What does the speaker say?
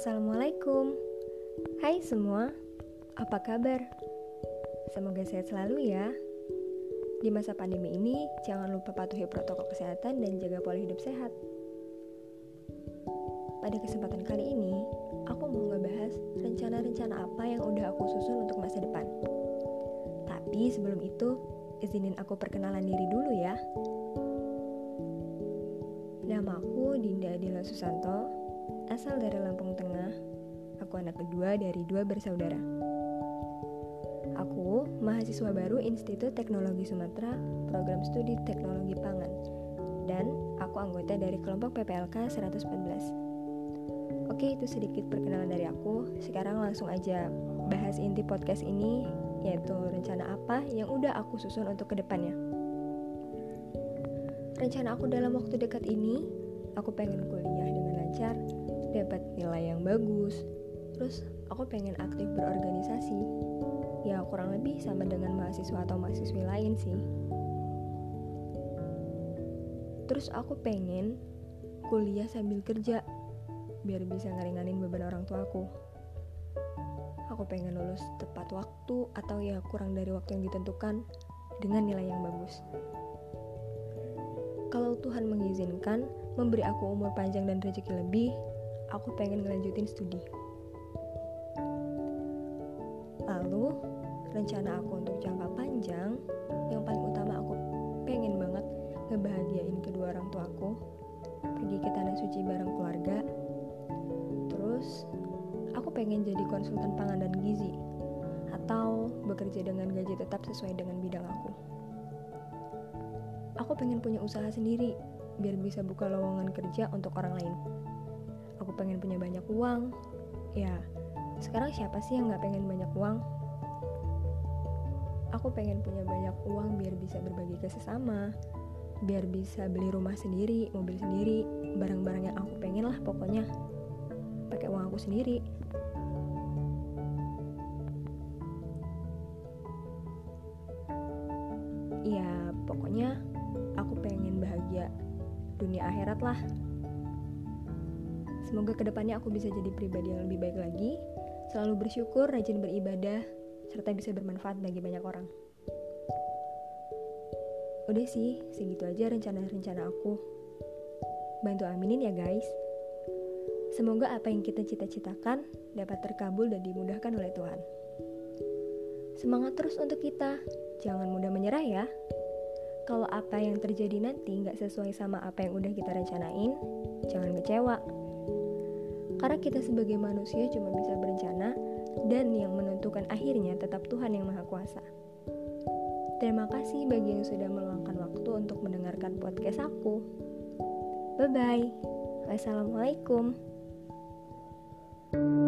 Assalamualaikum. Hai semua, apa kabar? Semoga sehat selalu ya. Di masa pandemi ini, jangan lupa patuhi protokol kesehatan dan jaga pola hidup sehat. Pada kesempatan kali ini, aku mau ngebahas rencana-rencana apa yang udah aku susun untuk masa depan. Tapi sebelum itu, izinin aku perkenalan diri dulu ya. Nama aku Dinda Adila Susanto, asal dari Lampung Tengah. Aku anak kedua dari 2 bersaudara. Aku mahasiswa baru Institut Teknologi Sumatera, Program Studi Teknologi Pangan. Dan aku anggota dari kelompok PPLK 114. Oke, itu sedikit perkenalan dari aku. Sekarang langsung aja bahas inti podcast ini, yaitu rencana apa yang udah aku susun untuk kedepannya. Rencana aku dalam waktu dekat ini, aku pengen kuliah dengan lancar, dapat nilai yang bagus. Terus aku pengen aktif berorganisasi. Ya kurang lebih sama dengan mahasiswa atau mahasiswi lain sih. Terus aku pengen kuliah sambil kerja, biar bisa ngeringanin beban orang tuaku. Aku pengen lulus tepat waktu atau ya kurang dari waktu yang ditentukan dengan nilai yang bagus. Kalau Tuhan mengizinkan memberi aku umur panjang dan rezeki lebih, aku pengen ngelanjutin studi. Lalu, rencana aku untuk jangka panjang, yang paling utama aku pengen banget ngebahagiain kedua orang tuaku, pergi ke tanah suci bareng keluarga. Terus, aku pengen jadi konsultan pangan dan gizi, atau bekerja dengan gaji tetap sesuai dengan bidang aku. Aku pengen punya usaha sendiri, biar bisa buka lowongan kerja untuk orang lain. Aku pengen punya banyak uang. Ya, sekarang siapa sih yang gak pengen banyak uang? Aku pengen punya banyak uang biar bisa berbagi ke sesama, biar bisa beli rumah sendiri, mobil sendiri, barang-barang yang aku pengen lah pokoknya. Pakai uang aku sendiri. Ya, pokoknya aku pengen bahagia dunia akhirat lah. Semoga kedepannya aku bisa jadi pribadi yang lebih baik lagi, selalu bersyukur, rajin beribadah, serta bisa bermanfaat bagi banyak orang. Udah sih, segitu aja rencana-rencana aku. Bantu aminin ya guys. Semoga apa yang kita cita-citakan dapat terkabul dan dimudahkan oleh Tuhan. Semangat terus untuk kita, jangan mudah menyerah ya. Kalau apa yang terjadi nanti gak sesuai sama apa yang udah kita rencanain, jangan kecewa. Karena kita sebagai manusia cuma bisa berencana, dan yang menentukan akhirnya tetap Tuhan yang Maha Kuasa. Terima kasih bagi yang sudah meluangkan waktu untuk mendengarkan podcast aku. Bye-bye. Wassalamualaikum.